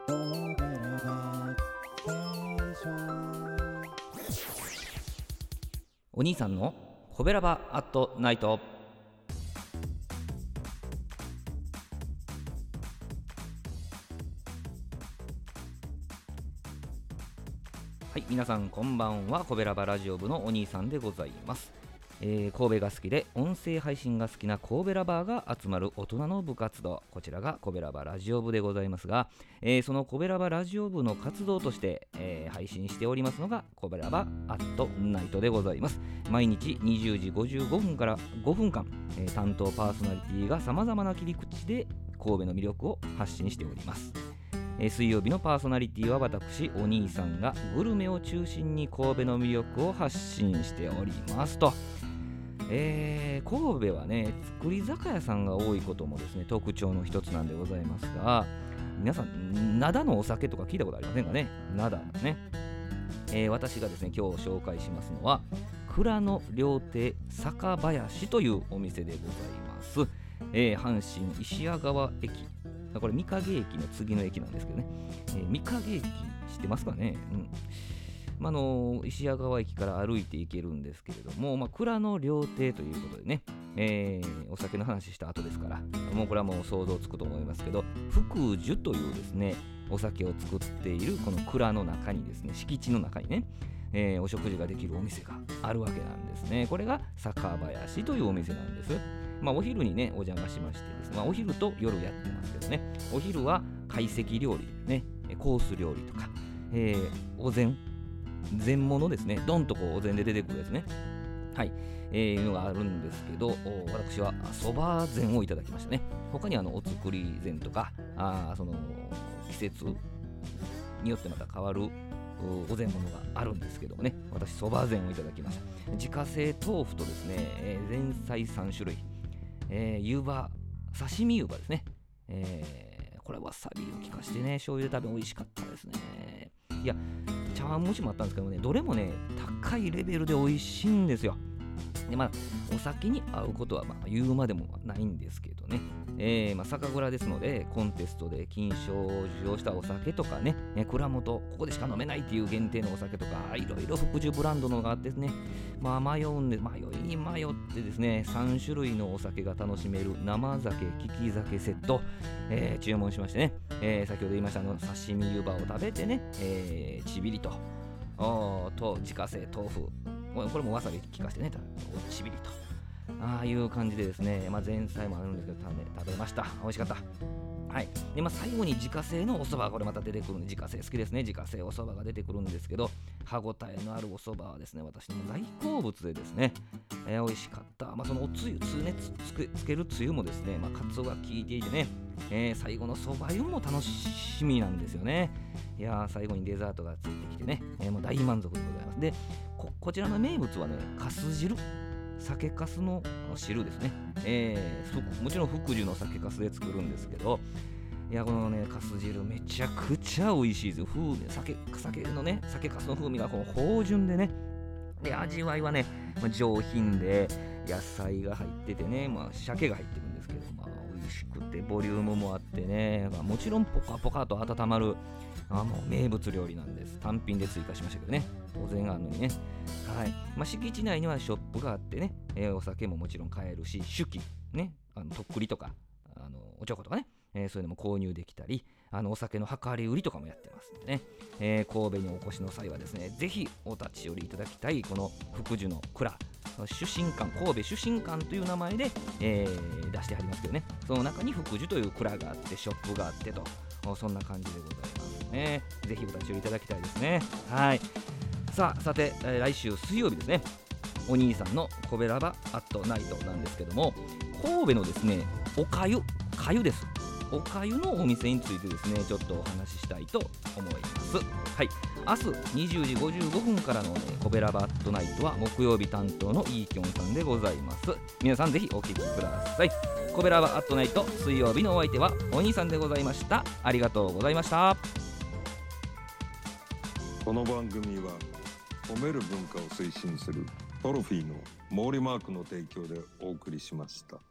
お兄さんのコベラバアットナイト。はい、皆さんこんばんは。コベラバラジオ部のお兄さんでございます。神戸が好きで音声配信が好きな神戸ラバーが集まる大人の部活動、こちらが神戸ラバラジオ部でございますが、その神戸ラバラジオ部の活動として、配信しておりますのが神戸ラバアットナイトでございます。毎日20時55分から5分間、担当パーソナリティがさまざまな切り口で神戸の魅力を発信しております。水曜日のパーソナリティは私お兄さんがグルメを中心に神戸の魅力を発信しておりますと。神戸はね、造り酒屋さんが多いこともですね特徴の一つなんでございますが、皆さん灘のお酒とか聞いたことありませんかね。灘ね、私がですね今日紹介しますのは蔵の料亭酒林というお店でございます。阪神石屋川駅、これ御影駅の次の駅なんですけどね、御影駅知ってますかね。石屋川駅から歩いて行けるんですけれども、蔵の料亭ということでね、お酒の話した後ですから、もうこれはもう想像つくと思いますけど、福寿というですねお酒を作っているこの蔵の中にですね、敷地の中にね、お食事ができるお店があるわけなんですね。これが酒林というお店なんです。お昼にねお邪魔しましてですね、お昼と夜やってますけどね、お昼は懐石料理ね、コース料理とか、お膳物ですね、ドンとこうお膳で出てくるやつね、はい、いうのがあるんですけど、私はそば膳をいただきましたね。他にお作り膳とかその季節によってまた変わるお膳物があるんですけどもね、私そば膳をいただきました。自家製豆腐とですね、前菜3種類、湯葉、刺身湯葉ですね、これはわさびを効かしてね醤油で食べ美味しかったですね。いや、茶碗蒸しもあったんですけどね、どれもね高いレベルで美味しいんですよ。でお酒に合うことは言うまでもないんですけどね、酒蔵ですのでコンテストで金賞を受賞したお酒とかね、蔵元ここでしか飲めないっていう限定のお酒とかいろいろ福寿ブランドのがあってですね、迷いに迷ってですね3種類のお酒が楽しめる生酒利き酒セット、注文しましてね、先ほど言いました刺身湯葉を食べてね、ちびりと自家製豆腐、これもわさび効かしてねちびりとああいう感じでですね、前菜もあるんですけど食べました。美味しかった。はい。で最後に自家製のお蕎麦がこれまた出てくるんで、自家製好きですね。自家製お蕎麦が出てくるんですけど、歯ごたえのあるお蕎麦はですね私の大好物でですね、美味しかった。そのおつゆつけるつゆもですね、かつおが効いていてね、最後の蕎麦湯も楽しみなんですよね。いや最後にデザートがついてきてね、もう大満足でございます。でこちらの名物はねかす汁、酒かすの汁ですね、もちろん福寿の酒かすで作るんですけど、いやこのねかす汁めちゃくちゃ美味しいです。酒のね酒かすの風味がこう芳醇でね、で味わいはね、上品で野菜が入っててね、鮭が入ってるんですけど、美味しくてボリュームもあってね、もちろんポカポカと温まるもう名物料理なんです。単品で追加しましたけどね、お膳があるのにね。はい。敷地内にはショップがあってね、お酒ももちろん買えるし、酒器ね、とっくりとかおちょことかね、そういうのも購入できたり、お酒の量り売りとかもやってますんでね、神戸にお越しの際はですね、ぜひお立ち寄りいただきたいこの福寿の蔵、出身館、神戸出身館という名前で、出してありますけどね、その中に福寿という蔵があってショップがあってと、そんな感じでございますね。ぜひお立ち寄りいただきたいですね。はい。さて、来週水曜日ですね、お兄さんのコベラバアットナイトなんですけども、神戸のですねおかゆです。おかゆのお店についてですねちょっとお話ししたいと思います。はい。明日20時55分からの、コベラバアットナイトは木曜日担当のイーキョンさんでございます。皆さんぜひお聞きください。コベラバアットナイト水曜日のお相手はお兄さんでございました。ありがとうございました。 この番組は褒める文化を推進するトロフィーの毛利マークの提供でお送りしました。